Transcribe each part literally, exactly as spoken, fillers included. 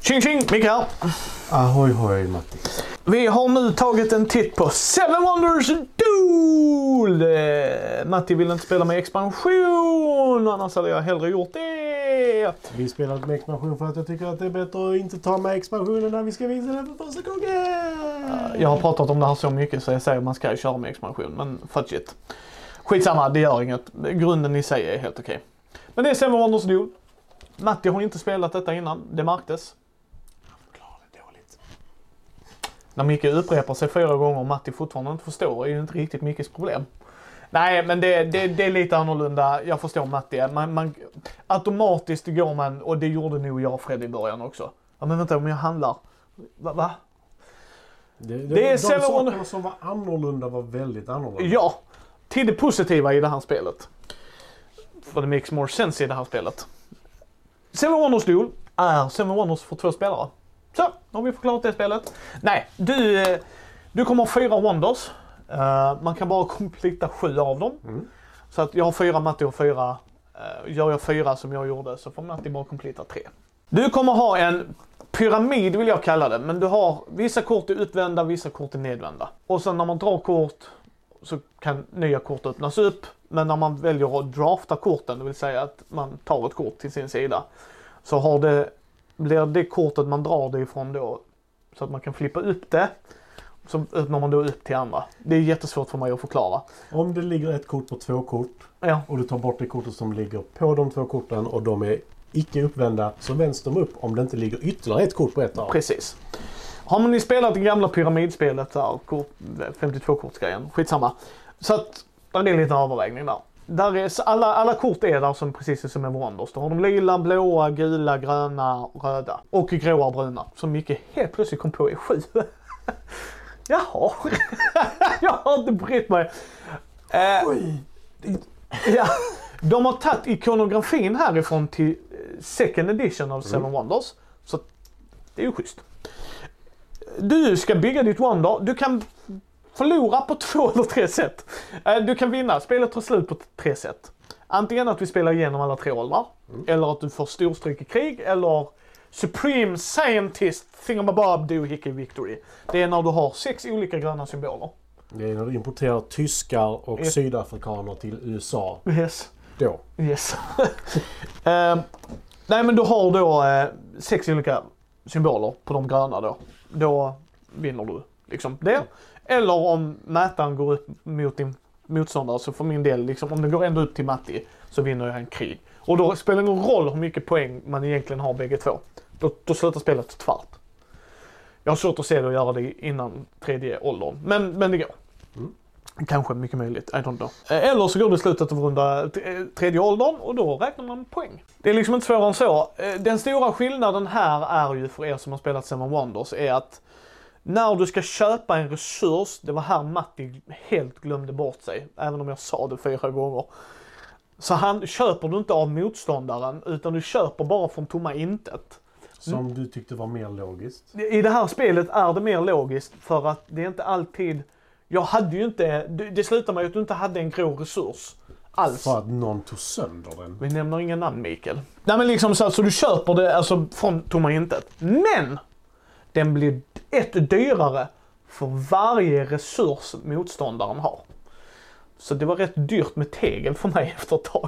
Tjing tjing, Micke här. Ahoy hoj Matti. Vi har nu tagit en titt på Seven Wonders Duel. Eh, Matti vill inte spela med expansion, annars hade jag hellre gjort det. Vi spelar med expansion för att jag tycker att det är bättre att inte ta med expansionen när vi ska visa den för första gången. Jag har pratat om det här så mycket så jag säger att man ska köra med expansion, men fuck shit. Skitsamma, det gör inget. Grunden i sig är helt okej. Men det är Seven Wonders Duel. Matti har inte spelat detta innan, det märktes. När Micke upprepar sig fyra gånger och Matti fortfarande inte förstår är ju inte riktigt Mickes problem. Nej, men det, det, det är lite annorlunda. Jag förstår Matti. Man, man, automatiskt går man, och det gjorde nog jag och Fred i början också. Ja, men vänta, om jag handlar. Va? va? Det, det, det är de Seven sakerna Wonders som var annorlunda var väldigt annorlunda. Ja, till det positiva i det här spelet. För det makes more sense i det här spelet. Seven Wonders Duel är Seven Wonders för två spelare. Så, nu har vi förklarat det spelet. Nej, du, du kommer ha fyra Wonders. Uh, man kan bara kompletta sju av dem. Mm. Så att jag har fyra, Matti och fyra. Uh, gör jag fyra som jag gjorde så får Matti bara kompletta tre. Du kommer ha en pyramid vill jag kalla det. Men du har vissa kort är utvända, vissa kort är nedvända. Och sen när man drar kort så kan nya kort öppnas upp. Men när man väljer att drafta korten, det vill säga att man tar ett kort till sin sida, så har det, blir det kortet man drar det ifrån då så att man kan flippa upp det. Så öppnar man då upp till andra. Det är jättesvårt för mig att förklara. Om det ligger ett kort på två kort ja. och du tar bort det kortet som ligger på de två korten och de är icke uppvända, så vänds de upp om det inte ligger ytterligare ett kort på ett av. Precis. Har man ni spelat det gamla pyramidspelet där, femtiotvå-kortsgrejen, skitsamma. Så att det är lite övervägning där. Där är, alla, alla kort är där som precis som en Wonders. Då har de lila, blåa, gula, gröna, röda och gråa, bruna. Som mycket helt plötsligt kom på är sju. Jaha, jag har inte brytt mig. Eh, Oj. ja, de har tagit ikonografin härifrån till second edition av Seven mm. Wonders. Så det är ju schysst. Du ska bygga ditt Wonder. Du kan förlora på två eller tre sätt. Du kan vinna. Spelet tar slut på tre sätt. Antingen att vi spelar igenom alla tre åldrar. Mm. Eller att du får storstryk i krig. Eller Supreme Scientist Thingamabob Doohickey Victory. Det är när du har sex olika gröna symboler. Det är när du importerar tyskar och yes. sydafrikaner till U S A. Yes. Då. Yes. uh, nej men du har då uh, sex olika symboler på de gröna då. Då vinner du liksom det. Eller om mätaren går upp mot din motståndare så för min del, liksom, om den går ändå upp till Matti så vinner jag en krig. Och då spelar det ingen roll hur mycket poäng man egentligen har bägge två. Då, då slutar spelet tvärt. Jag har svårt att se det och göra det innan tredje åldern. Men, men det går. Mm. Kanske mycket möjligt, I don't know. Eller så går det i slutet av runda tredje åldern och då räknar man poäng. Det är liksom inte svårare än så. Den stora skillnaden här är ju för er som har spelat Seven Wonders är att när du ska köpa en resurs, det var här Matti helt glömde bort sig, även om jag sa det fyra gånger. Så han köper du inte av motståndaren utan du köper bara från tomma intet. Som du tyckte var mer logiskt? I det här spelet är det mer logiskt för att det är inte alltid... Jag hade ju inte... Det slutar med att du inte hade en grå resurs alls. För att någon tog sönder den. Vi nämner ingen namn, Mikael. Nej men liksom så att så du köper det alltså från tomma intet. Men! Den blir ett dyrare för varje resurs motståndaren har. Så det var rätt dyrt med tegel för mig efter ett tag.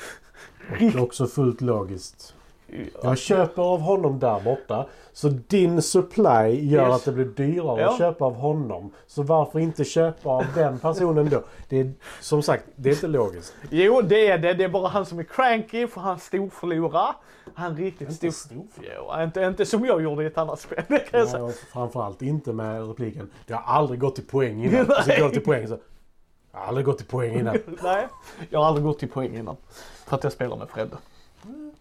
Det är också fullt logiskt. Jag köper av honom där borta. Så din supply gör yes. att det blir dyrare ja. att köpa av honom. Så varför inte köpa av den personen då? Det är, som sagt, det är inte logiskt. Jo, det är det. Det är bara han som är cranky för han storförlorar. Han riktigt stor... Jo, inte, inte som jag gjorde i ett annat spel. Det kan jag säga. Nej, framförallt inte med repliken. Det har aldrig gått till poäng innan. Så går till poäng så... Jag har aldrig gått till poäng innan. Nej, jag har aldrig gått till poäng innan. För att jag spelar med Fred. Mm.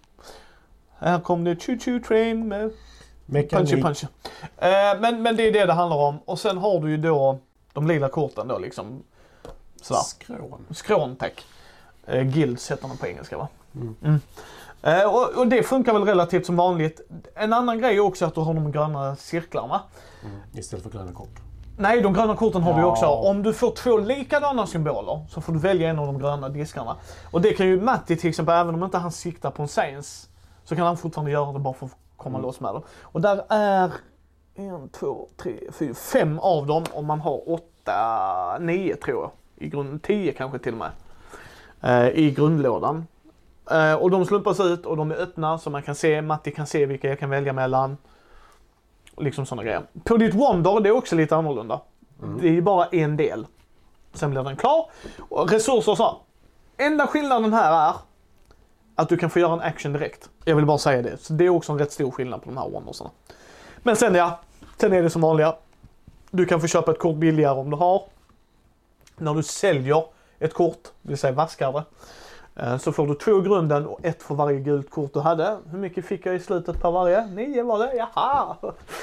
Här kom det choo-choo train med punchy punchy. Eh, men, men det är det det handlar om. Och sen har du ju då de lila korten då liksom. Sådär. Skrån. Skrån, tack. Eh, guilds heter man på engelska va? Mm. Mm. Eh, och, och det funkar väl relativt som vanligt. En annan grej är också att du har de gröna cirklarna. Mm. Istället för gröna kort. Nej, de gröna korten har ja. du också. Om du får två likadana symboler så får du välja en av de gröna diskarna. Och det kan ju Matti till exempel, även om inte han siktar på en science, så kan han fortfarande göra det bara för att komma Mm. loss med dem. Och där är en, två, tre, fyra, fem av dem och man har åtta, nio tror jag. I grund, tio kanske till och med. Eh, I grundlådan. Eh, och de slumpas ut och de är öppna så man kan se, Matti kan se vilka jag kan välja mellan. Liksom sådana grejer. På ditt Wonder, det är också lite annorlunda. Mm. Det är bara en del. Sen blir den klar. Och resurser så. Enda skillnaden här är att du kan få göra en action direkt. Jag vill bara säga det. Så det är också en rätt stor skillnad på de här Wondersarna. Men sen ja, sen är det som vanliga. Du kan få köpa ett kort billigare om du har. När du säljer ett kort, det vill säga vaskare, så får du två grunden och ett för varje gult kort du hade. Hur mycket fick jag i slutet på varje? Nio var det? Jaha!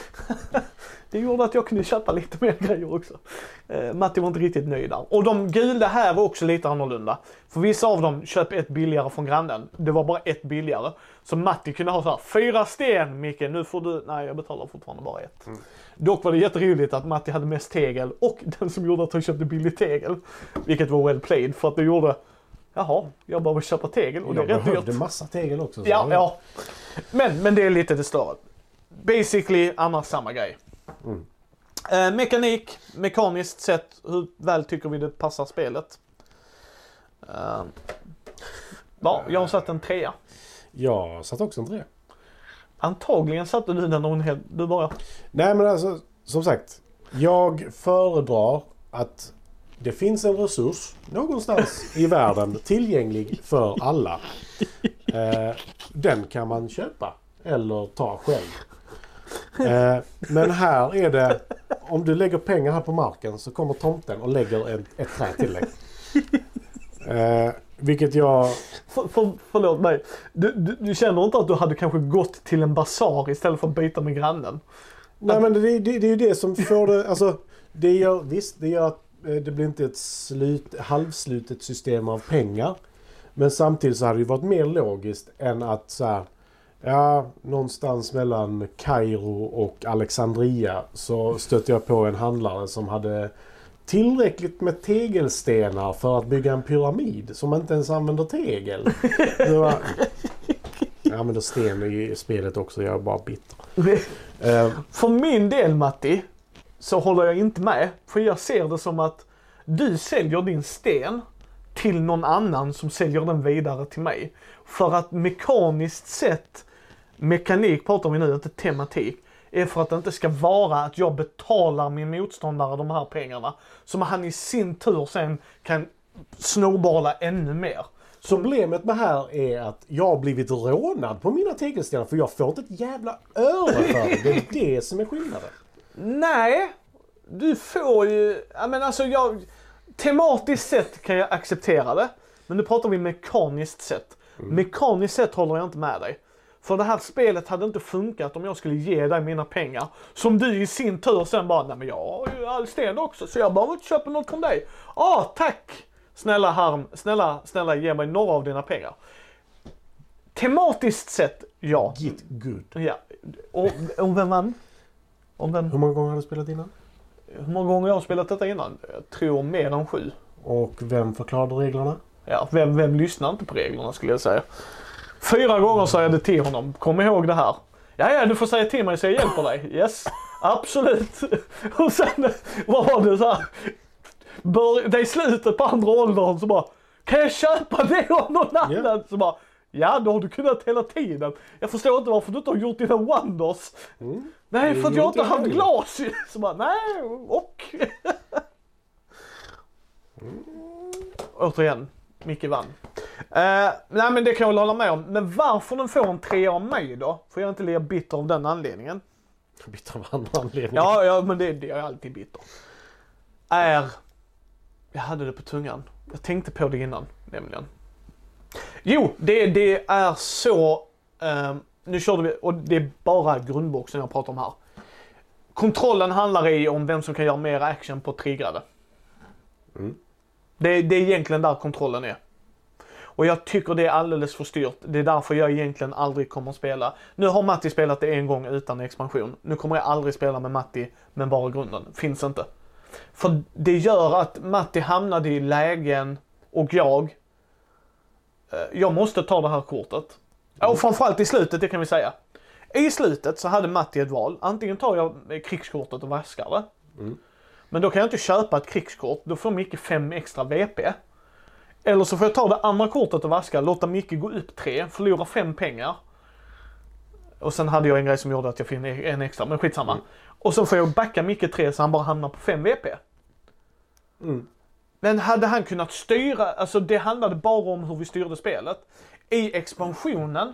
Det gjorde att jag kunde köpa lite mer grejer också. Eh, Matti var inte riktigt nöjd där. Och de gula här var också lite annorlunda. För vissa av dem köp ett billigare från grannen. Det var bara ett billigare. Så Matti kunde ha så här, fyra sten Micke, nu får du... Nej, jag betalar fortfarande bara ett. Mm. Dock var det jätteroligt att Matti hade mest tegel och den som gjorde att han köpte billig tegel. Vilket var well played för att det gjorde... Jaha, jag bara vill köpa tegel och jag det är rätt dyrt. Jag behövde massa tegel också. Så ja, ja. Men, men det är lite det större. Basically, annars samma grej. Mm. Eh, mekanik, mekaniskt sett, hur väl tycker vi det passar spelet? Eh, ja, jag har satt en trea. Jag satt också en trea. Antagligen satte du den någon hel... Du bara... Nej men alltså, som sagt. Jag föredrar att det finns en resurs någonstans i världen tillgänglig för alla. Eh, den kan man köpa eller ta själv. Eh, men här är det, om du lägger pengar här på marken så kommer tomten och lägger ett, ett trä till dig. Eh, vilket jag... För, för, förlåt mig. Du, du, du känner inte att du hade kanske gått till en basar istället för att byta med grannen? Nej att... men det, det, det är ju det som får det, alltså det gör, visst det gör att det blir inte ett slut, halvslutet system av pengar. Men samtidigt så hade det varit mer logiskt än att så här, ja, någonstans mellan Kairo och Alexandria så stötte jag på en handlare som hade tillräckligt med tegelstenar för att bygga en pyramid som inte ens använder tegel. Det var, jag använder sten i spelet också, jag är bara bitter. uh, för min del Matti så håller jag inte med. För jag ser det som att du säljer din sten till någon annan som säljer den vidare till mig. För att mekaniskt sett, mekanik pratar vi nu, inte tematik, är för att det inte ska vara att jag betalar min motståndare de här pengarna. Som han i sin tur sen kan snowballa ännu mer. Problemet med här är att jag har blivit rånad på mina tegelstenar för jag får inte ett jävla öre för det. Det är det som är skillnaden. Nej, du får ju, jag menar alltså jag, tematiskt sett kan jag acceptera det, men nu pratar vi mekaniskt sett. Mm. Mekaniskt sett håller jag inte med dig. För det här spelet hade inte funkat om jag skulle ge dig mina pengar. Som du i sin tur sen bara, nej men jag har ju all sten också så jag behöver inte köpa något från dig. Ah, tack! Snälla Harm, snälla, snälla ge mig några av dina pengar. Tematiskt sett, ja. Get good. Ja, och, och vem vann? Om den... Hur många gånger har du spelat innan? Hur många gånger jag har spelat detta innan? Jag tror mer än sju. Och vem förklarade reglerna? Ja, vem, vem lyssnar inte på reglerna skulle jag säga. Fyra gånger sa jag det till honom. Kom ihåg det här. Ja, ja, du får säga till mig så jag hjälper dig. Yes, absolut. Och sen var det så här. Bör, det är slutet på andra åldern så bara, kan jag köpa det av någon annan? Yeah. Så bara, ja, då har du kunnat hela tiden. Jag förstår inte varför du inte har gjort dina wonders. Mm. Nej, för att jag inte har haft glas. Så bara, nej, och... mm. Återigen, Micke vann. Uh, nej, men det kan jag hålla med om. Men varför den får en tre av mig då? Får jag inte lika bitter av den anledningen? Bitter av andra anledningar? Ja, ja, men det, det är alltid bitter. Är... Jag hade det på tungan. Jag tänkte på det innan, nämligen. Jo, det, det är så... Um, nu körde vi, och det är bara grundboxen jag pratar om här. Kontrollen handlar i om vem som kan göra mer action på triggrade. Mm. Det, det är egentligen där kontrollen är. Och jag tycker det är alldeles för styrt. Det är därför jag egentligen aldrig kommer att spela. Nu har Matti spelat det en gång utan expansion. Nu kommer jag aldrig spela med Matti, men bara grunden. Finns inte. För det gör att Matti hamnade i lägen och jag... Jag måste ta det här kortet. Och framförallt i slutet, det kan vi säga. I slutet så hade Matti ett val. Antingen tar jag krigskortet och vaskar det. Mm. Men då kan jag inte köpa ett krigskort. Då får Micke fem extra V P. Eller så får jag ta det andra kortet och vaska. Låta Micke gå upp tre. Förlora fem pengar. Och sen hade jag en grej som gjorde att jag fick en extra. Men skitsamma. Mm. Och så får jag backa Micke tre så han bara hamnar på fem V P. Mm. Men hade han kunnat styra. Alltså det handlade bara om hur vi styrde spelet. I expansionen.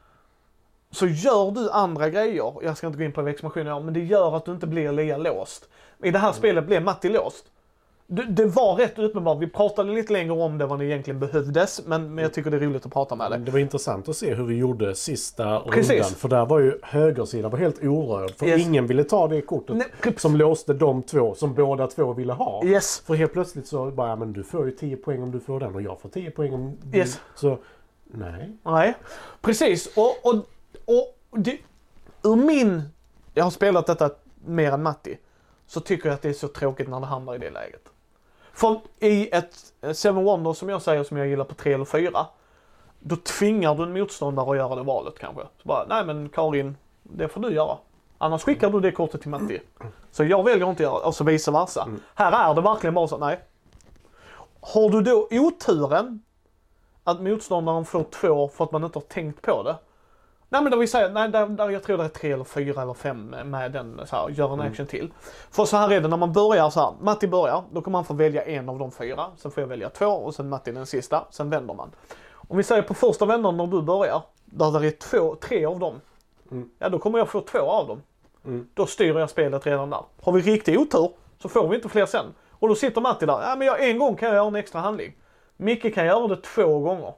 Så gör du andra grejer. Jag ska inte gå in på expansionen. Men det gör att du inte blir lika låst. I det här mm. spelet blev Matti låst. Det, det var rätt uppenbart. Vi pratade lite längre om det vad det egentligen behövdes. Men, men jag tycker det är roligt att prata med det. Det var intressant att se hur vi gjorde sista Precis. rundan. För där var ju högersidan var helt orörd. För Yes. ingen ville ta det kortet Nej. som låste de två som båda två ville ha. Yes. För helt plötsligt så bara, ja, men du får ju tio poäng om du får den och jag får tio poäng om du... Yes. Så, nej. Nej, precis. Och, och, och det, ur min... Jag har spelat detta mer än Matti. Så tycker jag att det är så tråkigt när det hamnar i det läget. För i ett Seven Wonders som jag säger som jag gillar på tre eller fyra. Då tvingar du en motståndare att göra det valet kanske. Så bara, nej men Karin, det får du göra. Annars skickar du det kortet till Matti. Så jag väljer inte att göra det. Och så vice versa. Mm. Här är det verkligen bara så, nej. Har du då oturen att motståndaren får två för att man inte har tänkt på det. Nej men då vill säga, nej där, där jag tror det är tre eller fyra eller fem med den så här, gör en action mm. till. För så här är det när man börjar så här, Matti börjar, då kommer man få välja en av de fyra, sen får jag välja två och sen Matti den sista, sen vänder man. Om vi säger på första vändan när du börjar, där det är två, tre av dem, mm. ja då kommer jag få två av dem. Mm. Då styr jag spelet redan där. Har vi riktig otur så får vi inte fler sen. Och då sitter Matti där, ja men jag, en gång kan jag göra en extra handling. Micke kan göra det två gånger.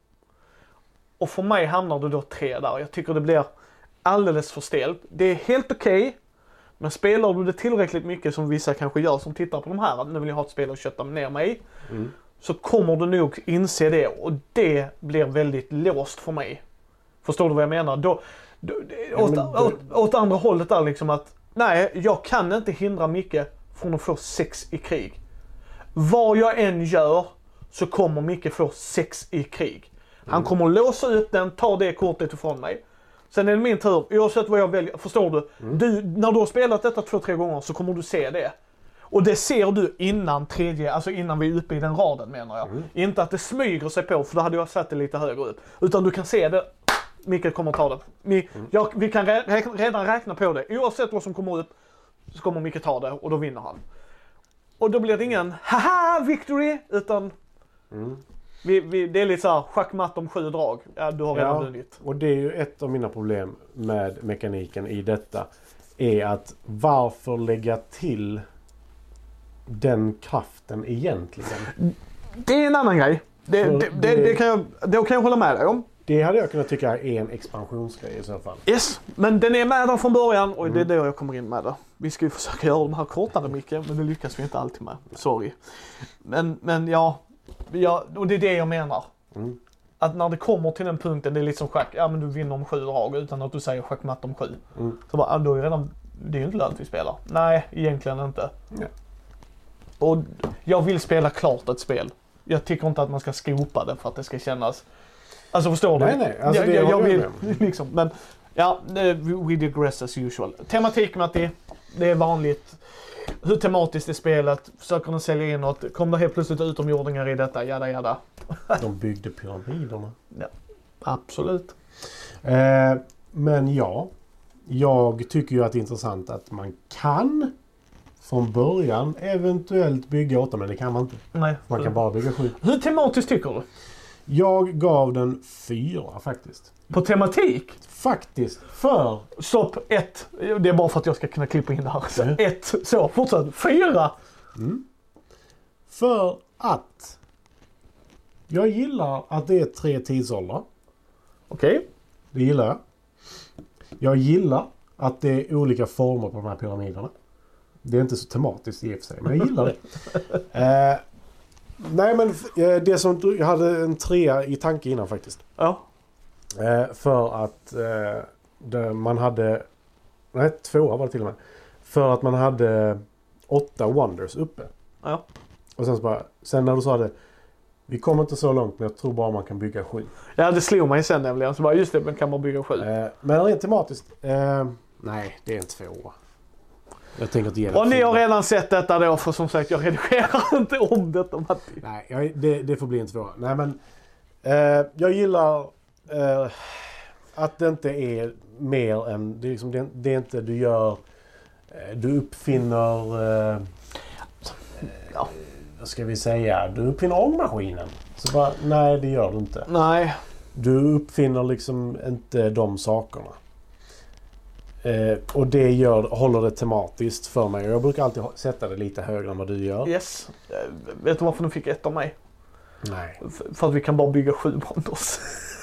Och för mig hamnar det då tre där. Jag tycker det blir alldeles för stelt. Det är helt okej. Okay, men spelar du det tillräckligt mycket som vissa kanske gör som tittar på de här. Nu vill jag ha ett spel att kötta ner mig i. Mm. Så kommer du nog inse det. Och det blir väldigt låst för mig. Förstår du vad jag menar? Då, då, ja, åt, då... åt, åt andra hållet är liksom att nej, jag kan inte hindra Micke från att få sex i krig. Vad jag än gör så kommer Micke få sex i krig. Han kommer att låsa upp den, ta det kortet ifrån mig. Sen är det min tur, oavsett vad jag väljer, förstår du? Mm. du? När du har spelat detta två, tre gånger så kommer du se det. Och det ser du innan tredje, alltså innan vi är uppe i den raden menar jag. Mm. Inte att det smyger sig på, för då hade jag satt det lite högre upp. Utan du kan se det, Micke kommer att ta det. Mi, mm. jag, vi kan rä- redan räkna på det. Oavsett vad som kommer upp så kommer Micke ta det och då vinner han. Och då blir det ingen haha victory, utan... Mm. Vi, vi, det är lite såhär, schackmatt om sju drag. Ja, du har redan ja, vunnit. Och det är ju ett av mina problem med mekaniken i detta. Är att varför lägga till den kraften egentligen? Det är en annan grej. Det, det, det, det, det, kan jag, det kan jag hålla med dig om. Det hade jag kunnat tycka är en expansionsgrej i så fall. Yes, men den är med där från början och mm. det är då jag kommer in med det. Vi ska ju försöka göra de här kortare mycket, men det lyckas vi inte alltid med. Sorry. Men, men ja... Ja, och det är det jag menar. Mm. Att när det kommer till den punkten, det är lite som schack. Ja, men du vinner om sju drag utan att du säger schackmatt om sju. Mm. Så bara, ja, då är det redan, det är ju inte lönt vi spelar. Nej, egentligen inte. Mm. Och jag vill spela klart ett spel. Jag tycker inte att man ska skopa det för att det ska kännas... Alltså förstår nej, du? Nej, alltså jag, det jag, jag vill liksom, men ja, we digress as usual. Tematik, Matti, det är vanligt. Hur tematiskt är spelet? Försöker den sälja in något? Kommer det helt plötsligt utomjordingar i detta? Jada, jada. De byggde pyramiderna. Ja, absolut. Eh, men ja, jag tycker ju att det är intressant att man kan från början eventuellt bygga åtta, men det kan man inte. Nej. Man kan bara bygga sju. Hur tematiskt tycker du? Jag gav den fyra faktiskt. På tematik? Faktiskt. För... Stopp, ett. Det är bara för att jag ska kunna klippa in det här. Så, mm. ett. Så, fortsätt. Fyra. Mm. För att jag gillar att det är tre tidsåldrar. Okej. Okay. Det gillar jag. Jag gillar att det är olika former på de här pyramiderna. Det är inte så tematiskt i och för sig, men jag gillar det. eh, nej, men det som jag hade en trea i tanke innan faktiskt. Ja. Eh, för att eh, det, man hade... Nej, tvåa var det till och med. För att man hade åtta wonders uppe. Ja. Och sen så bara... Sen när du sa det... Vi kommer inte så långt, men jag tror bara man kan bygga sju. Ja, det slog mig sen nämligen. Så bara, just det, men kan man bygga sju? Eh, men rent tematiskt, eh, nej, det är en två. Jag tänker inte ge det. Och ni har redan sett detta då, för som sagt, jag redigerar inte om detta, Matti. Nej, jag, det, det får bli en två. Nej, men eh, jag gillar eh, att det inte är mer än, det är, liksom, det, det är inte du gör, eh, du uppfinner, eh, ja, vad ska vi säga, du uppfinner ångmaskinen. Så bara, nej, det gör du inte. Nej. Du uppfinner liksom inte de sakerna. Eh, och det gör, håller det tematiskt för mig. Jag brukar alltid ha, sätta det lite högre än vad du gör. Yes. Vet du varför du fick ett av mig? Nej. För, för att vi kan bara bygga sju wonders.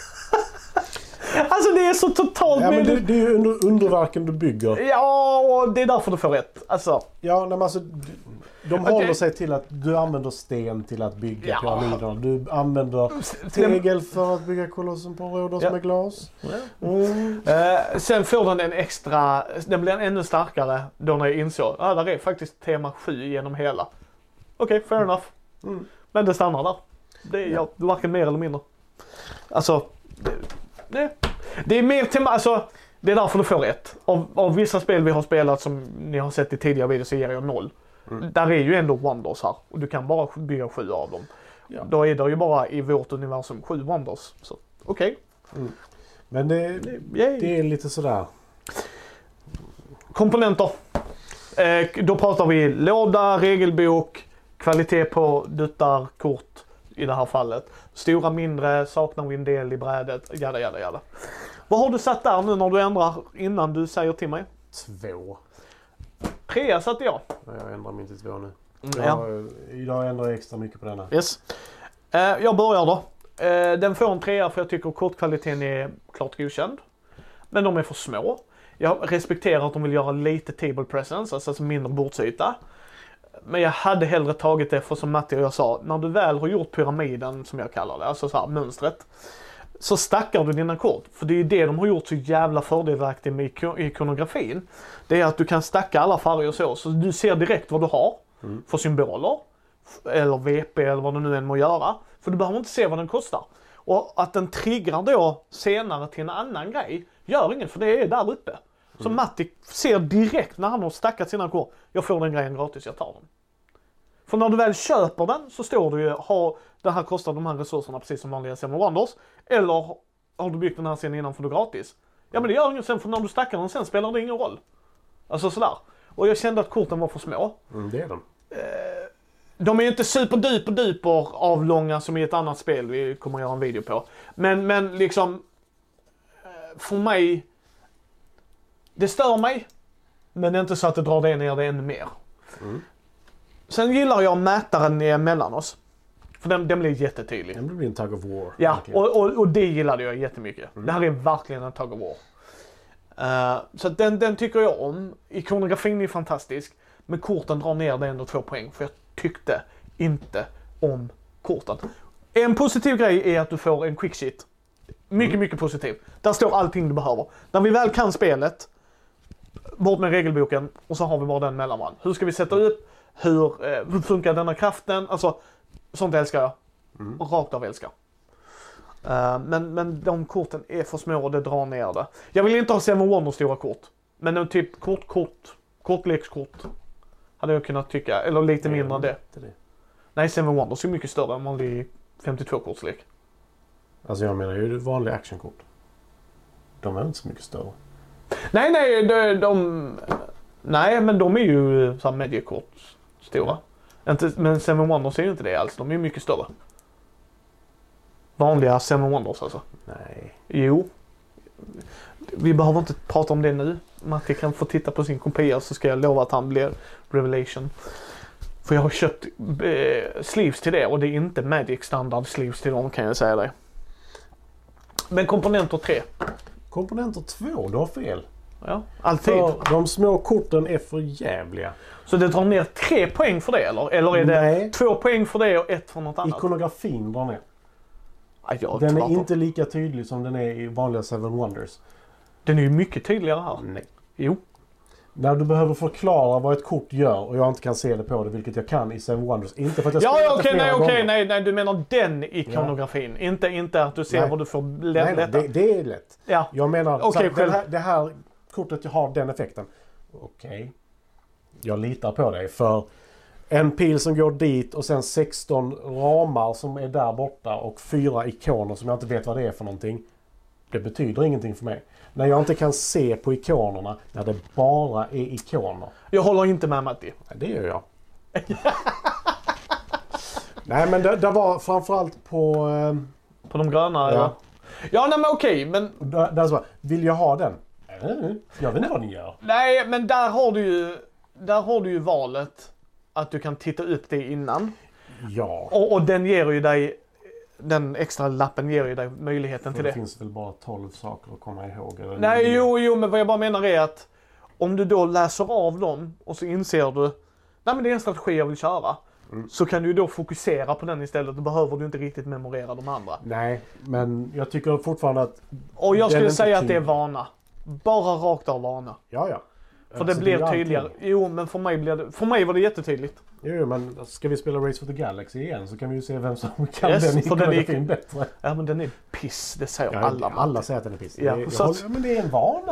Alltså det är så totalt... Ja, men det, det är ju under, underverken du bygger. Ja, och det är därför du får rätt. Alltså... Ja, nej, men alltså... De håller okay. sig till att du använder sten till att bygga ja. pyramiderna. Du använder tegel för att bygga kolossen på Rhodos ja. med glas. Mm. Uh, sen får den en extra, den blir ännu starkare då när jag insåg, ja ah, där är faktiskt tema sju genom hela. Okej, okay, fair mm. enough. Mm. Men det stannar där. Det är ja. ja, varken mer eller mindre. Alltså, det, det, det är mer tema, alltså det är därför du får rätt. Av, av vissa spel vi har spelat som ni har sett i tidigare videor så ger jag noll. Mm. Där är ju ändå wonders här och du kan bara bygga sju av dem. Ja. Då är det ju bara i vårt universum sju wonders. Så okej. Okay. Mm. Men det, det, det är lite sådär. Komponenter. Eh, då pratar vi låda, regelbok, kvalitet på duttar, kort i det här fallet. Stora, mindre, saknar vi en del i brädet, jada jada jada. Vad har du satt där nu när du ändrar innan du säger till mig? Två. Trea satte jag. Jag ändrar min till två nu. Mm, jag, ja. Idag ändrar jag extra mycket på denna. Yes. Eh, jag börjar då. Eh, den får en trea för jag tycker kortkvaliteten är klart godkänd. Men de är för små. Jag respekterar att de vill göra lite table presence, alltså mindre bordsyta. Men jag hade hellre tagit det för som Matti och jag sa, när du väl har gjort pyramiden som jag kallar det, alltså så här mönstret. Så stackar du dina kort. För det är ju det de har gjort så jävla fördelaktigt med ikonografin. Det är att du kan stacka alla färger och så. Så du ser direkt vad du har mm. för symboler. Eller V P eller vad du nu än må göra. För du behöver inte se vad den kostar. Och att den triggar då senare till en annan grej gör inget för det är där uppe. Så mm. Matti ser direkt när han har stackat sina kort. Jag får den grejen gratis, jag tar den. För när du väl köper den så står det ju ha det här kostar de här resurserna precis som vanliga Seven Wonders. Eller har du byggt den här sen innan för du gratis. Ja men det gör inget sen för när du stackar den sen spelar det ingen roll. Alltså sådär. Och jag kände att korten var för små. Mm, det är de. Eh, de är ju inte superduper duper avlånga som i ett annat spel vi kommer att göra en video på. Men, men liksom eh, för mig det stör mig. Men det är inte så att det drar det ner det ännu mer. Mm. Sen gillar jag mätaren mellan oss. För den, den blir jättetydlig. Den blir en tug of war. Ja, och, och, och det gillade jag jättemycket. Mm. Det här är verkligen en tug of war. Uh, så den, den tycker jag om. Ikonografin är fantastisk. Men korten drar ner det ändå två poäng. För jag tyckte inte om korten. En positiv grej är att du får en quick sheet. Mycket, mm. mycket positiv. Där står allting du behöver. När vi väl kan spelet, bort med regelboken och så har vi bara den mellan varandra. Hur ska vi sätta upp? Hur, eh, hur funkar denna kraften? Alltså, sånt älskar jag. Mm. Rakt av älskar. Uh, men, men de korten är för små och det drar ner det. Jag vill inte ha Seven Wonders stora kort. Men de typ kort, kort, kortlekskort hade jag kunnat tycka. Eller lite Nej, mindre än det. det. Nej, Seven Wonders är mycket större än vanlig femtiotvå-kortslek. Alltså jag menar ju vanliga actionkort. De är inte så mycket större. Nej, nej, de... de nej, men de är ju så här Magic-kort stora. Ja. Inte, men Seven Wonders är ju inte det alls. De är ju mycket större. Vanliga Seven Wonders alltså. Nej. Jo. Vi behöver inte prata om det nu. Matti kan få titta på sin kopia så ska jag lova att han blir Revelation. För jag har köpt eh, sleeves till det och det är inte Magic standard sleeves till dem kan jag säga dig. Men komponenter tre. Komponenter två, du har fel. Ja, alltid. För de små korten är för jävliga. Så det drar ner tre poäng för det eller? Eller är det Nej. två poäng för det och ett för något annat? Ikonografin drar ner. Ja, den är inte lika tydlig som den är i vanliga Seven Wonders. Den är ju mycket tydligare här. Nej. Jo. När du behöver förklara vad ett kort gör och jag inte kan se det på det, vilket jag kan i Seven Wonders. Inte för att jag ja, spelat ja, okej, det flera nej, gånger. okej, nej, nej, du menar den ikonografin. Ja. Inte, inte att du ser nej. vad du får nej, lätt. Nej, det, det är lätt. Ja. Jag menar, okay, så här, det, här, det här kortet har den effekten. Okej. Okay. Jag litar på dig för en pil som går dit och sen sexton ramar som är där borta och fyra ikoner som jag inte vet vad det är för någonting. Det betyder ingenting för mig. När jag inte kan se på ikonerna, när det bara är ikoner. Jag håller inte med, Matti. Nej, det gör jag. Nej, men det, det var framförallt på... Eh, på de gröna, ja. Ja, ja nej, men okej, men... Där, där så, vill jag ha den? Mm, jag vet inte vad ni gör. Nej, men där har du ju... Där har du ju valet att du kan titta upp det innan. Ja. Och, och den ger ju dig... Den extra lappen ger ju dig möjligheten för till det. Det finns väl bara tolv saker att komma ihåg. Eller nej, jo, jo, men vad jag bara menar är att om du då läser av dem och så inser du, nej men det är en strategi jag vill köra. Mm. Så kan du ju då fokusera på den istället. Då behöver du inte riktigt memorera de andra. Nej, men jag tycker fortfarande att... Och jag skulle säga att det är vana. Bara rakt av vana. Ja, ja. För alltså, det blir tydligare. Alltid. Jo, men för mig, blev det, för mig var det jättetydligt. Jo, men ska vi spela Race for the Galaxy igen så kan vi ju se vem som kan yes, den ikonografin bättre. Ja, men den är piss. Det säger ja, alla. Alla säger att den är piss. Ja, det, så håller, ja, men det är en vana.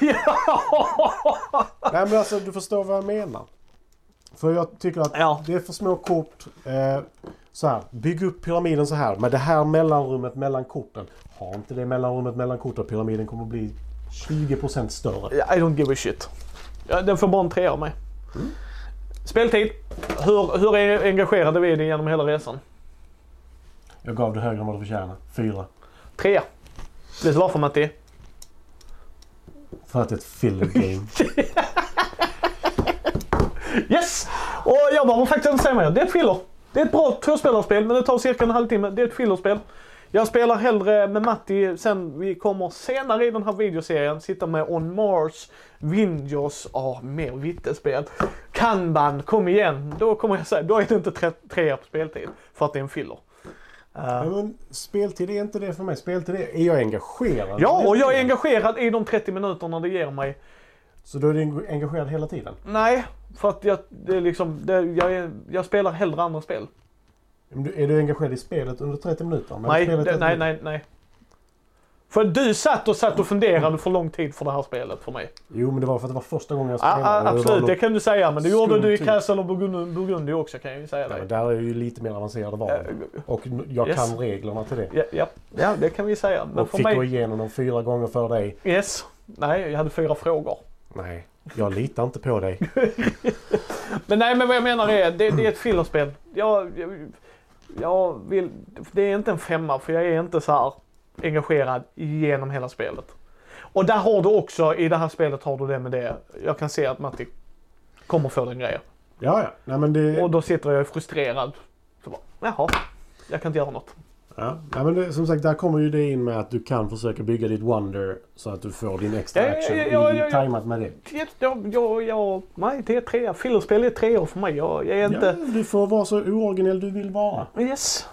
Nej, men alltså du förstår vad jag menar. För jag tycker att ja. det är för små kort. Eh, så här, bygg upp pyramiden så här. Men det här mellanrummet mellan korten. Har inte det mellanrummet mellan korten och pyramiden kommer att bli tjugo procent större. I don't give a shit. Ja, den får bara en trea av mig. Mm. Speltid. Hur, hur är engagerade vi dig genom hela resan? Jag gav det högre än vad du förtjänar. Fyra. Tre. Vet du varför, Matti? För att det är ett filler game. Yes! Och jag behöver faktiskt inte säga mer. Det är ett filler. Det är ett bra tvåspelarspel, men det tar cirka en halvtimme. Det är ett fillerspel. Jag spelar hellre med Matti sen vi kommer senare i den här videoserien sitta med On Mars, Windows, ja, oh, mer vittespel. Kanban, kom igen. Då kommer jag säga, då är det inte tre, tre på speltid för att det är en filler. Uh, ja, men speltid är inte det för mig. Speltid är, är jag engagerad. Ja, och jag är engagerad i de trettio minuterna det ger mig. Så då är du engagerad hela tiden? Nej, för att jag, det är liksom, det, jag, är, jag spelar hellre andra spel. Är du engagerad i spelet under trettio minuter? Nej, det, nej, nej, nej. För du satt och satt och funderade för lång tid för det här spelet för mig. Jo, men det var för att det var första gången jag spelade. Ah, ah, absolut, det, det kan du säga. Men det gjorde du i typ. Castle och Burgundy också, kan jag ju säga. Ja, men där är ju lite mer avancerade val. Uh, och jag yes. kan reglerna till det. Ja, ja, ja, det kan vi säga. Men och för fick mig... gå igenom dem fyra gånger för dig. Yes. Nej, jag hade fyra frågor. Nej, jag litar inte på dig. Men nej, men vad jag menar är, det, det är ett fillerspel. Jag... jag Jag vill, det är inte en femma för jag är inte så här engagerad genom hela spelet. Och där har du också, i det här spelet har du det med det. Jag kan se att Matti kommer få den grejen. Ja, ja. Nej, men det... Och då sitter jag frustrerad. Så bara, jaha, jag kan inte göra något. Ja, ja men det, som sagt, där kommer ju det in med att du kan försöka bygga ditt Wonder så att du får din extra action ja, ja, ja, ja, i tajmat med det. Ja, ja, ja, nej, det är tre. Fillerspel är tre år för mig. Jag, jag är inte... Ja, du får vara så ooriginell du vill vara. Yes.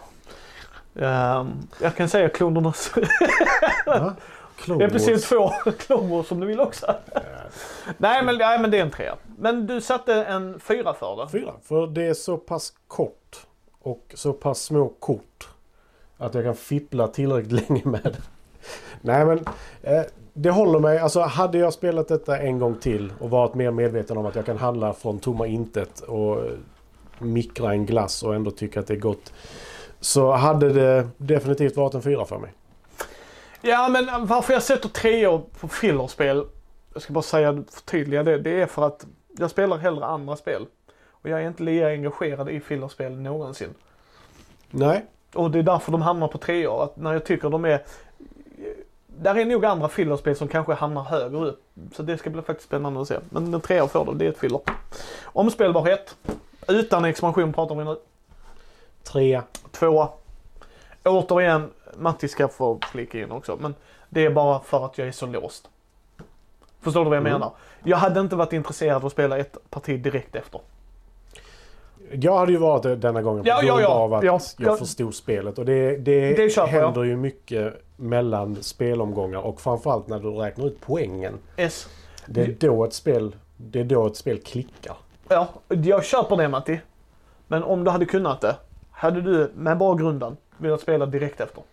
Um, jag kan säga klonernas... ja, det är precis två kloner som du vill också. Ja. nej, men, nej, men det är en tre. Men du satte en fyra för det. Fyra, för det är så pass kort och så pass små kort. Att jag kan fippla tillräckligt länge med det. Nej, men eh, det håller mig. Alltså hade jag spelat detta en gång till och varit mer medveten om att jag kan handla från tomma intet och eh, mikra en glass och ändå tycka att det är gott. Så hade det definitivt varit en fyra för mig. Ja, men varför jag sätter tre år på fillerspel, jag ska bara säga, förtydliga det, det är för att jag spelar hellre andra spel. Och jag är inte lika engagerad i fillerspel någonsin. Nej. Och det är därför de hamnar på tre år. Att när jag tycker de är... Där är nog andra fillerspel som kanske hamnar högre upp. Så det ska bli faktiskt spännande att se. Men den tre år får de, det är ett filler. Omspelbarhet. Utan expansion pratar vi nu. Tre. Två. Återigen, Matti ska få flika in också. Men det är bara för att jag är så låst. Förstår du vad jag mm. menar? Jag hade inte varit intresserad av att spela ett parti direkt efter. Jag hade ju varit det denna gången på ja, grund ja, ja. av att ja, jag ja. förstod spelet. Och det, det, det köper, händer ja. ju mycket mellan spelomgångar och framförallt när du räknar ut poängen. Yes. Det är då ett spel det är då ett spel klickar. Ja, jag köper det Matti. Men om du hade kunnat det, hade du med bara grunden velat spela direkt efter?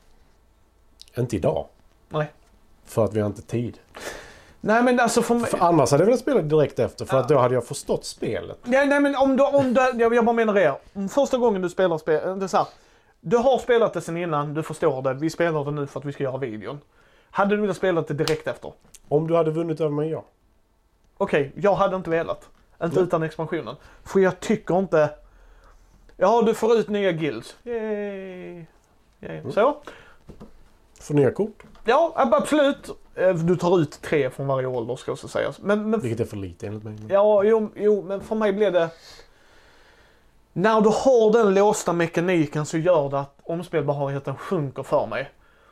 Inte idag. Nej. För att vi har inte tid. Nej men alltså för mig... För annars hade jag velat spela direkt efter, för ja. att då hade jag förstått spelet. Nej, nej men om du, om du, jag bara menar det. Om första gången du spelar spel, det är så här, du har spelat det sen innan, du förstår det, vi spelar det nu för att vi ska göra videon. Hade du velat spela det direkt efter? Om du hade vunnit över mig, ja. Okej, okay, jag hade inte velat. Inte mm. utan expansionen. För jag tycker inte... Ja, du får ut nya guilds. Yay. Yay. Mm. Så. Får nya kort? Ja, absolut. Du tar ut tre från varje ålder ska också sägas. Men, men... Vilket är för lite enligt mig. Ja, jo, jo, men för mig blir det... När du har den låsta mekaniken så gör det att omspelbarheten sjunker för mig.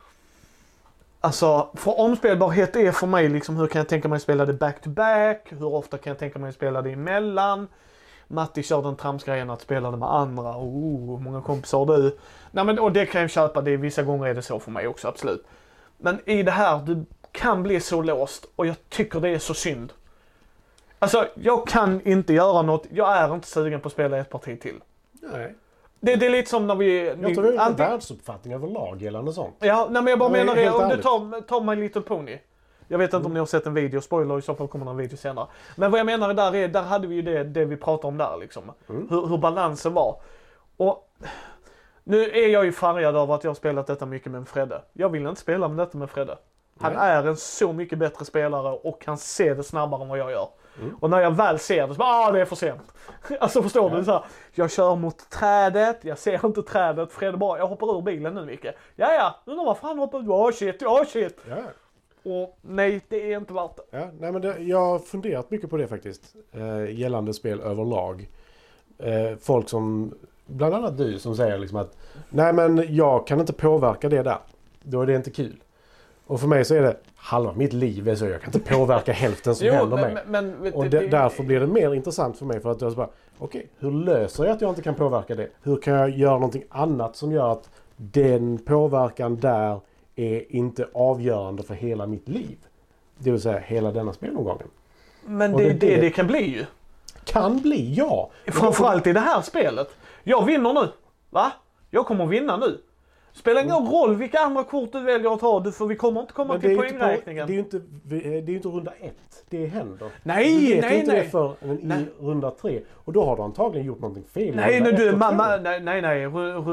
Alltså, för omspelbarhet är för mig liksom, hur kan jag tänka mig spela det back-to-back? Hur ofta kan jag tänka mig spela det emellan? Matti kör den tramsgrejen att spela det med andra. Oh, hur många kompisar har du? Nej, men, och det kan jag köpa, det, vissa gånger är det så för mig också, absolut. Men i det här, du kan bli så låst och jag tycker det är så synd. Alltså, jag kan inte göra något, jag är inte sugen på att spela ett parti till. Nej. Det, det är lite som när vi... Jag tror det är en världsuppfattning överlag gällande sånt. Ja, nej, men jag bara Nej, menar det, om ärligt. du tar, tar My Little Pony. Jag vet inte mm. om ni har sett en video, spoiler, i så fall kommer det en video senare. Men vad jag menar där är, där hade vi ju det, det vi pratade om där liksom. Mm. Hur, hur balansen var. Och nu är jag ju färgad av att jag har spelat detta mycket med Fredde. Jag vill inte spela med detta med Fredde. Han nej. är en så mycket bättre spelare och kan se det snabbare än vad jag gör. Mm. Och när jag väl ser det så bara, ah det är för sent. Alltså förstår ja. du? Så här, jag kör mot trädet, jag ser inte trädet, Fredde bara, jag hoppar ur bilen nu Micke. Ja ja, undrar varför han hoppar ut, åh oh, shit, åh oh, shit. Ja. Och nej, det är inte värt det. Ja, nej men det, jag har funderat mycket på det faktiskt. Eh, gällande spel överlag. Eh, folk som, bland annat du, som säger liksom att nej men jag kan inte påverka det där. Då är det inte kul. Och för mig så är det halva mitt liv är så jag kan inte påverka hälften som jo, händer men, mig. Men, men, och det, det, därför blir det mer intressant för mig för att jag så bara, okej, okay, hur löser jag att jag inte kan påverka det? Hur kan jag göra någonting annat som gör att den påverkan där är inte avgörande för hela mitt liv? Det vill säga hela denna spelomgången. Men det, det, det, det kan bli ju. Kan bli, ja. Framförallt i det här spelet. Jag vinner nu. Va? Jag kommer att vinna nu. Spelar ingen mm. roll vilka andra kort du väljer att ha, för vi kommer inte komma men till poängräkningen. Det är ju inte, det är inte runda ett, det händer. Nej, du vet nej, inte nej. det för en i runda tre. Och då har du antagligen gjort någonting fel. Nej, nej, du, mamma, nej, nej, nej.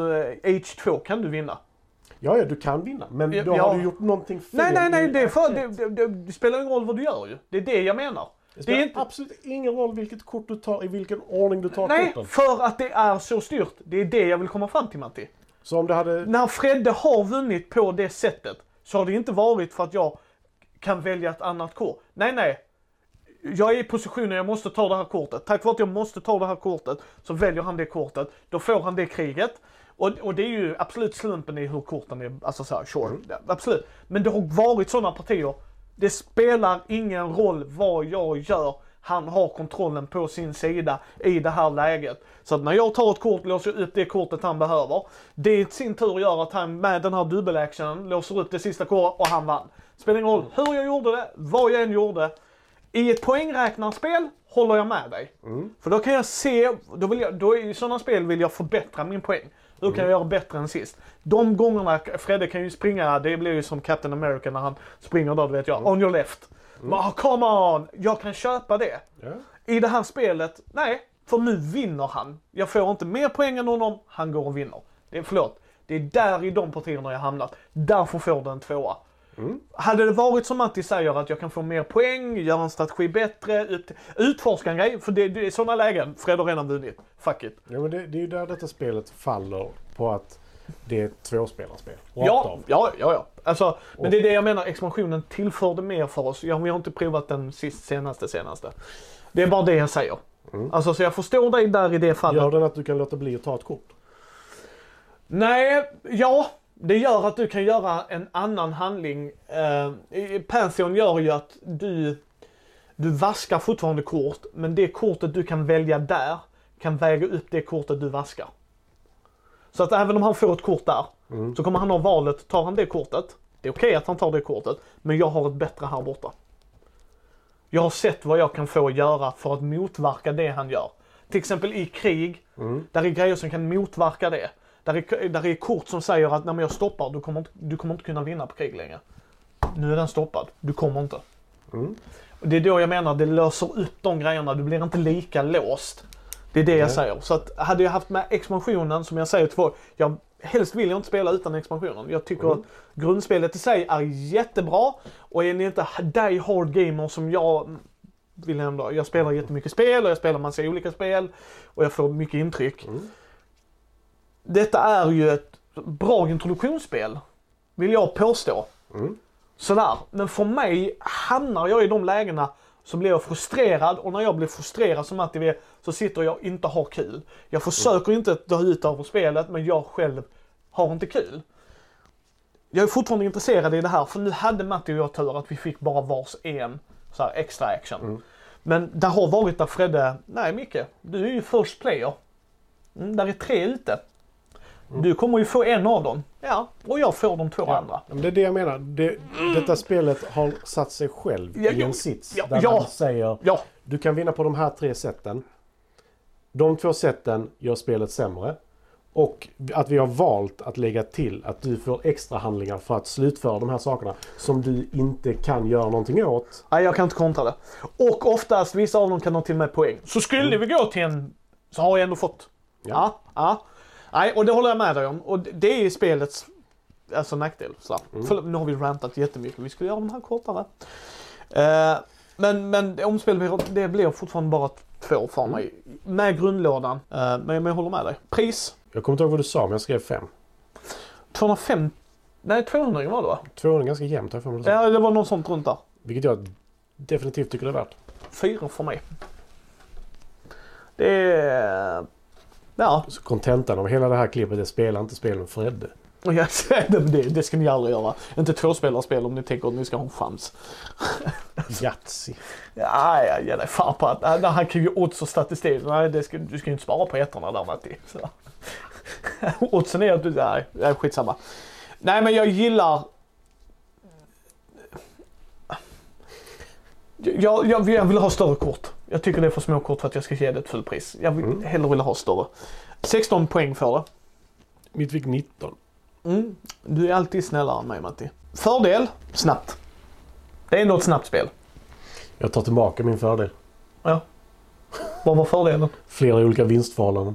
H två kan du vinna. Ja, ja, du kan vinna. Men då ja. har du gjort någonting fel. Nej, nej, nej. Det, är för, det, det, det, det spelar ingen roll vad du gör ju. Det är det jag menar. Det spelar det är inte... absolut ingen roll vilket kort du tar, i vilken ordning du tar nej, korten. Nej, för att det är så styrt. Det är det jag vill komma fram till, Matti. Så om det hade... När Fredde har vunnit på det sättet så har det inte varit för att jag kan välja ett annat kort. Nej, nej. Jag är i positionen, jag måste ta det här kortet. Tack för att jag måste ta det här kortet så väljer han det kortet. Då får han det kriget. Och, och det är ju absolut slumpen i hur korten är. Alltså så här, sure. Mm. Ja, absolut. Men det har varit sådana partier. Det spelar ingen roll vad jag gör. Han har kontrollen på sin sida i det här läget. Så att när jag tar ett kort, låser upp det kortet han behöver. Det i sin tur gör att han med den här dubbelactionen låser upp det sista kortet och han vann. Spelar ingen roll hur jag gjorde det, vad jag än gjorde. I ett poängräknarspel håller jag med dig. Mm. För då kan jag se, då vill jag, då i sådana spel vill jag förbättra min poäng. Hur kan mm. jag göra bättre än sist? De gångerna, Fredde kan ju springa, det blir ju som Captain America när han springer då, du vet jag, mm. on your left. Mm. Oh, come on! Jag kan köpa det. Yeah. I det här spelet, nej, för nu vinner han. Jag får inte mer poäng än honom, han går och vinner. Det är, förlåt, det är där i de partierna jag hamnat. Därför får den tvåa. Mm. Hade det varit som Matti säger att jag kan få mer poäng, göra en strategi bättre, ut, utforska en grej, för det, det är sådana lägen, Fred har redan vunnit. Fuck it. Ja, men det, det är ju där detta spelet faller på att det är ett tvåspelarspel. Ja, ja, ja, ja. Alltså, men det är det jag menar, expansionen tillförde mer för oss. Ja, vi har inte provat den sist, senaste, senaste. Det är bara det jag säger. Mm. Alltså, så jag förstår dig där i det fallet. Gör den att du kan låta bli att ta ett kort? Nej, ja. Det gör att du kan göra en annan handling. Eh, Pantheon gör ju att du, du vaskar fortfarande kort. Men det kortet du kan välja där kan väga upp det kortet du vaskar. Så att även om han får ett kort där mm. så kommer han ha valet, tar han det kortet. Det är okej att han tar det kortet. Men jag har ett bättre här borta. Jag har sett vad jag kan få göra för att motverka det han gör. Till exempel i krig, mm. där är grejer som kan motverka det. Där är, där är kort som säger att när jag stoppar, du kommer, inte, du kommer inte kunna vinna på krig längre. Nu är den stoppad, du kommer inte. Mm. Och det är då jag menar, det löser upp de grejerna, du blir inte lika låst. Det är det jag Nej. säger. Så att hade jag haft med expansionen, som jag säger till folk, jag helst vill jag inte spela utan expansionen. Jag tycker mm. att grundspelet i sig är jättebra. Och är ni inte die hard gamer som jag vill ändå. Jag spelar jättemycket spel och jag spelar massa olika spel. Och jag får mycket intryck. Mm. Detta är ju ett bra introduktionsspel, vill jag påstå. Mm. Sådär. Men för mig hamnar jag i de lägena så blir jag frustrerad, och när jag blir frustrerad som att det är, så sitter jag inte har kul. Jag försöker inte dra ut över spelet, men jag själv har inte kul. Jag är fortfarande intresserad i det här, för nu hade Matti och jag tur att vi fick bara vars en så här extra action. Mm. Men det har varit där Fredde, nej Micke, du är ju first player. Mm, där är tre ute. Mm. Du kommer ju få en av dem. Ja, och jag får de två ja. andra. Men det är det jag menar. Det, mm. Detta spelet har satt sig själv ja, i en sits. Ja, där ja. man säger, ja. du kan vinna på de här tre sätten. De två sätten gör spelet sämre. Och att vi har valt att lägga till att du får extra handlingar för att slutföra de här sakerna som du inte kan göra någonting åt. Nej, jag kan inte kontra det. Och oftast, vissa av dem kan ha till med poäng. Så skulle mm. vi gå till en, så har jag ändå fått. Ja, ja. ja. Nej, och det håller jag med dig om. Och det är spelets alltså nackdel. Så. Mm. För, nu har vi rantat jättemycket. Vi skulle göra de här kortare. Uh, men men omspel, det blir fortfarande bara två för mig. Mm. Med grundlådan. Uh, men, men jag håller med dig. Pris? Jag kommer inte ihåg vad du sa, men jag skrev fem. tvåhundrafem? Nej, tvåhundra var det va? tvåhundra ganska jämnt. Jag får ja, det var något sånt runt där. Vilket jag definitivt tycker det är värt. Fyra för mig. Det är... Ja. Så kontentan av hela det här klippet är spela inte spel med Fredde. Ja, det, det ska ni aldrig göra. Inte tvåspelarspel om ni tänker att ni ska ha en chans. Yatzy. Ja, jag ger dig fan på att det här kan ju odds och statistik. Nej, det ska, du ska ju inte spara på ettorna där, Matti. Oddsen är att du... Nej, det är skitsamma. Nej, men jag gillar... Jag, jag, jag vill ha större kort. Jag tycker det är för små kort för att jag ska ge det ett fullpris. Jag vill mm. hellre vilja ha större. sexton poäng för det. Mitt fick nitton. Mm. Du är alltid snällare än mig, Matti. Fördel, snabbt. Det är ändå ett snabbt spel. Jag tar tillbaka min fördel. Ja. Vad var fördelen? Flera olika vinstförhållanden.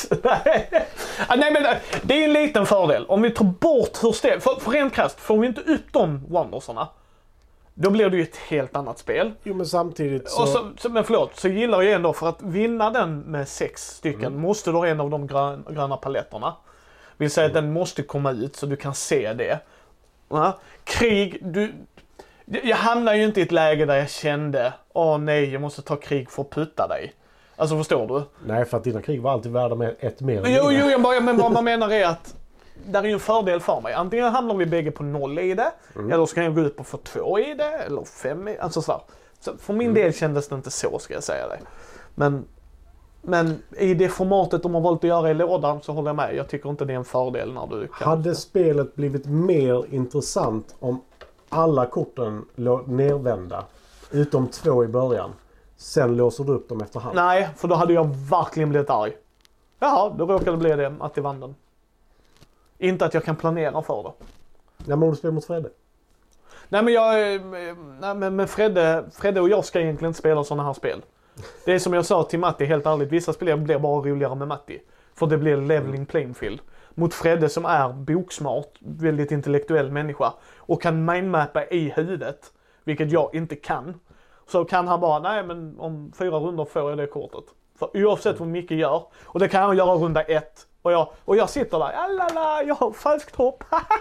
Nej, men det är en liten fördel. Om vi tar bort hur stel... För, för rent krasst, får vi inte ut de wondersarna, då blir det ju ett helt annat spel. Jo, men samtidigt så... Och så, så men förlåt, så gillar jag ändå för att vinna den med sex stycken mm. måste du ha en av de grön, gröna paletterna. Vill säga mm. att den måste komma ut så du kan se det. Ja. Krig, du... Jag hamnar ju inte i ett läge där jag kände, åh nej, jag måste ta krig för att putta dig. Alltså, förstår du? Nej, för att dina krig var alltid värda med ett mer. Jo, jo, jag bara, men vad man menar är att där är ju en fördel för mig. Antingen hamnar vi bägge på noll i det, mm. eller så kan jag gå ut på för två i det, eller fem i, alltså sådär. Så för min mm. del kändes det inte så, ska jag säga det. Men, men i det formatet de har valt att göra i lådan så håller jag med. Jag tycker inte det är en fördel när du kan... Hade spelet blivit mer intressant om alla korten låg nervända, utom två i början, sen låser du upp dem efterhand? Nej, för då hade jag verkligen blivit arg. Jaha, då råkade det bli det att det vann den. Inte att jag kan planera för det. Nej, men om du spelar mot Fredde? Nej, men jag... Nej, men med Fredde, Fredde och jag ska egentligen inte spela sådana här spel. Det är som jag sa till Matti, helt ärligt. Vissa spel blir bara roligare med Matti. För det blir leveling playing field. Mot Fredde som är boksmart, väldigt intellektuell människa. Och kan mindmappa i huvudet. Vilket jag inte kan. Så kan han bara, nej men om fyra runder får jag det kortet. För oavsett vad mycket gör. Och det kan han göra runda ett. Och jag, och jag sitter där, alala, jag har falskt hopp.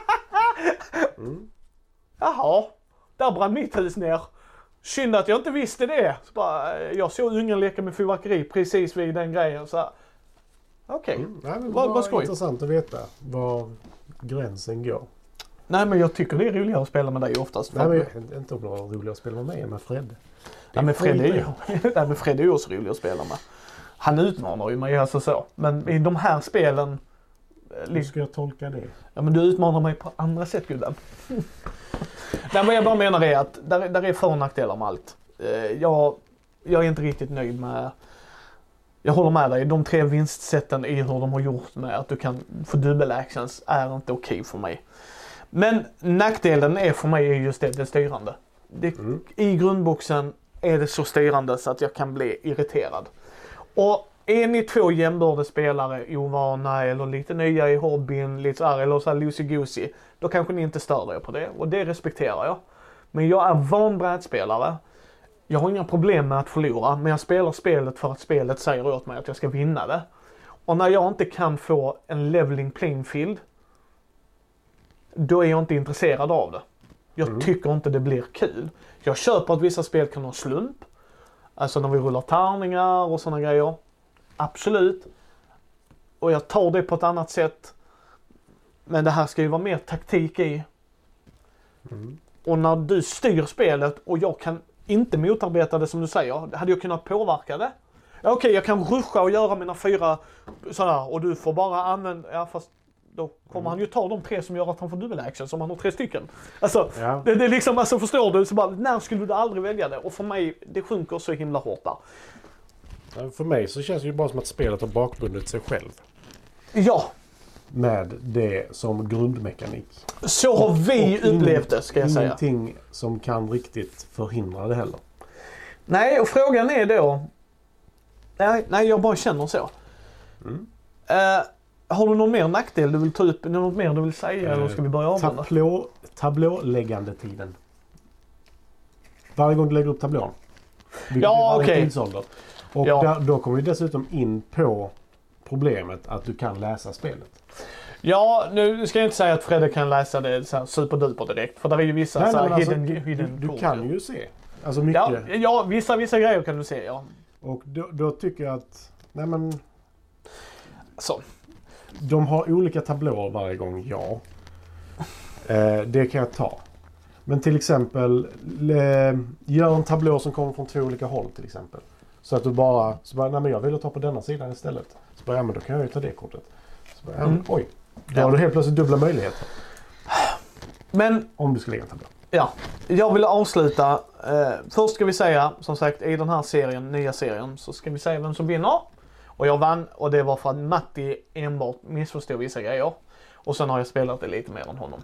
mm. Jaha, där brann mitt hus ner. Synd att jag inte visste det. Så bara, jag såg ungen leka med fyrverkeri precis vid den grejen. Så okej, okay. mm. vad, vad skoj. Intressant att veta var gränsen går. Nej, men jag tycker det är roligare att spela med dig oftast. Nej, men inte bara roligare att spela med mig, med Fredde. Nej, men Fredde är ju Nej, men Fredde är ju också rolig att spela med. Han utmanar ju mig, alltså så. Men i de här spelen... Hur ska jag tolka det? Ja, men du utmanar mig på andra sätt, gubben. Nej, men jag bara menar är att där, där är för- och nackdelar med allt. Eh, jag, jag är inte riktigt nöjd med... Jag håller med dig. De tre vinstsätten i hur de har gjort med att du kan få dubbel-actions är inte okej för mig. Men nackdelen är för mig just det, det styrande. Det, mm. I grundboxen är det så styrande så att jag kan bli irriterad. Och är ni två jämbördes spelare, ovana eller lite nya i hobbyn, lite så här, eller så här loosey-goosey, då kanske ni inte stör er på det. Och det respekterar jag. Men jag är van brädspelare. Jag har inga problem med att förlora, men jag spelar spelet för att spelet säger åt mig att jag ska vinna det. Och när jag inte kan få en leveling playing field, då är jag inte intresserad av det. Jag mm. tycker inte det blir kul. Jag köper att vissa spel kan ha slump. Alltså när vi rullar tärningar och sådana grejer. Absolut. Och jag tar det på ett annat sätt. Men det här ska ju vara mer taktik i. Mm. Och när du styr spelet och jag kan inte motarbeta det som du säger. Hade jag kunnat påverka det? Ja, okej, okay, jag kan ruscha och göra mina fyra sådär. Och du får bara använda... Ja, fast då kommer mm. han ju ta de tre som gör att han får dubbel-action. Som han har tre stycken. Alltså, ja. det, det är liksom... Alltså, förstår du? Så bara, när skulle du aldrig välja det? Och för mig, det sjunker så himla hårt där. Ja, för mig så känns det ju bara som att spelet har bakbundit sig själv. Ja. Med det som grundmekanik. Så har vi och upplevt det, ska jag säga. Ingenting som kan riktigt förhindra det heller. Nej, och frågan är då... Nej, nej jag bara känner så. Mm. Uh, har du någon mer nackdel du vill ta upp? Något mer du vill säga? Uh, eller ska vi börja avrunda? Tablå, tablåläggandetiden. Varje gång du lägger upp tablån. Ja, okej. Okay. Och ja. där, då kommer vi dessutom in på problemet att du kan läsa spelet. Ja, nu ska jag inte säga att Fredde kan läsa det så här superduper direkt. För där är ju vissa nej, så här hidden, alltså, hidden Du, du kan ju se. Alltså mycket. Ja, ja vissa, vissa grejer kan du se, ja. Och då, då tycker jag att, nej men... Så. De har olika tablåer varje gång, ja. Eh, det kan jag ta. Men till exempel, le, gör en tablå som kommer från två olika håll till exempel. Så att du bara, så bara nej men jag vill ta på denna sidan istället. Så bara, ja men då kan jag ju ta det kortet. Så bara, ja, mm. oj. Då ja. har du helt plötsligt dubbla möjligheter. Men... Om du ska lägga en tablå. Ja, jag vill avsluta. Eh, först ska vi säga, som sagt, i den här serien, nya serien, så ska vi säga vem som vinner. Och jag vann, och det var för att Matti enbart missförstod vissa grejer. Och sen har jag spelat det lite mer än honom.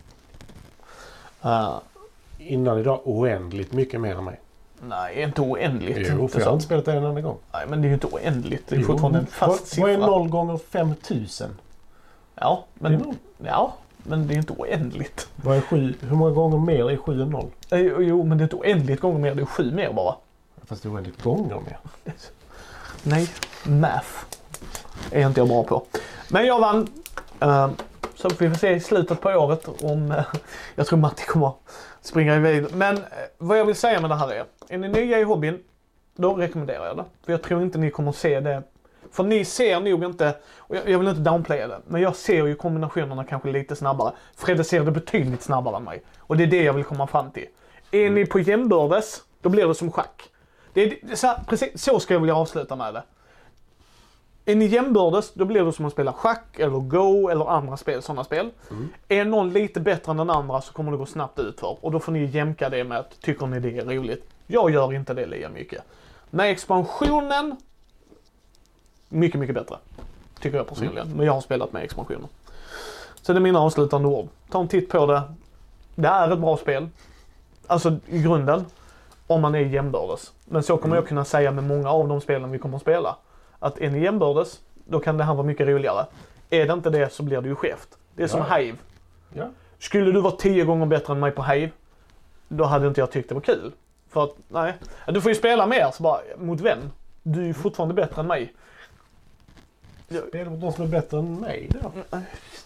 Uh, Innan idag oändligt mycket mer än mig. Nej, inte oändligt. Jo, för jag har inte spelat det en enda gång. Nej, men det är ju inte oändligt. Det är jo, fortfarande en fast vad, siffra. Vad är noll gånger fem tusen? Ja, men, ja, men det är inte oändligt. Vad är sju? Hur många gånger mer är sju än noll? Jo, men det är inte oändligt gånger mer. Det är sju mer bara. Fast det är oändligt gånger mer. Nej, math är inte jag bra på. Men jag vann. Uh, så får vi se i slutet på året om... Uh, jag tror Matti kommer springa iväg. Men uh, vad jag vill säga med det här är... Är ni nya i hobbyn, då rekommenderar jag det. För jag tror inte ni kommer se det. För ni ser nog inte... Och jag, jag vill inte downplaya det. Men jag ser ju kombinationerna kanske lite snabbare. Fredde ser det betydligt snabbare än mig. Och det är det jag vill komma fram till. Är ni på jämbördes, då blir det som schack. Det är, det är så, här, precis, så ska jag vilja avsluta med det. Är ni jämbördes, då blir det som att spela schack eller go eller andra spel, sådana spel. Mm. Är någon lite bättre än den andra så kommer det gå snabbt ut för. Och då får ni jämka det med att tycker ni det är roligt. Jag gör inte det lika mycket. Med expansionen, mycket, mycket bättre. Tycker jag personligen. Mm. Men jag har spelat med expansionen. Så det är mina avslutande ord. Ta en titt på det. Det är ett bra spel. Alltså i grunden. Om man är jämbördes. Men så kommer mm. jag kunna säga med många av de spelen vi kommer att spela. Att är ni jämbördes, då kan det här vara mycket roligare. Är det inte det så blir det ju skevt. Det är som ja. Hive. Ja. Skulle du vara tio gånger bättre än mig på Hive, då hade inte jag tyckt det var kul. För att, nej. Du får ju spela mer, så bara, mot vem? Du är ju fortfarande bättre än mig. Spela mot de som är bättre än mig då.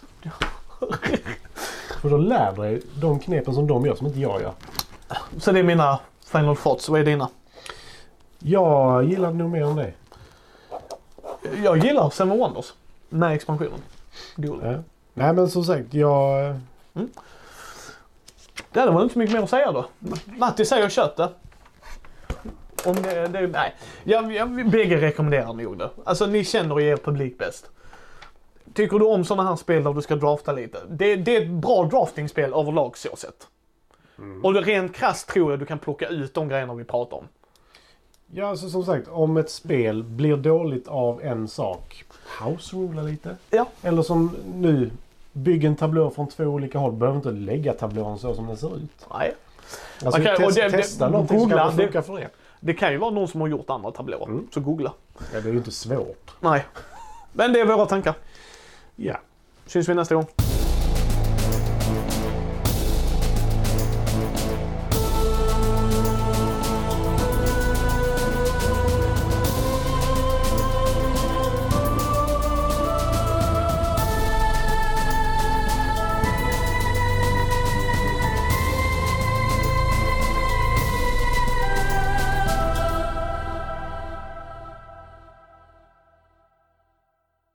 För då lär du dig de knepen som de gör, som inte jag gör. Så det är mina final thoughts. Vad är dina? Jag gillar nog mer än dig. Jag gillar Seven Wonders med expansionen. Ja. Nej men som sagt, jag... Mm. Det var inte så mycket mer att säga då. Matti säger köp det. Om det, det nej. Jag, jag bägge rekommenderar nog det. Alltså ni känner er publik bäst. Tycker du om sådana här spel där du ska drafta lite? Det, det är ett bra draftingspel överlag så sett. Mm. Och rent krasst tror jag du kan plocka ut de grejerna vi pratar om. Ja, alltså som sagt, om ett spel blir dåligt av en sak, house-rula lite. Ja. Eller som nu, bygg en tablå från två olika håll. Behöver inte lägga tablån så som den ser ut. Nej. Alltså kan, test, det, testa det, någonting googla, som kan funka för er. Det kan ju vara någon som har gjort andra tablåer, mm. så googla. Ja, det är ju inte svårt. Nej. Men det är våra tankar. Ja. Syns vi nästa gång.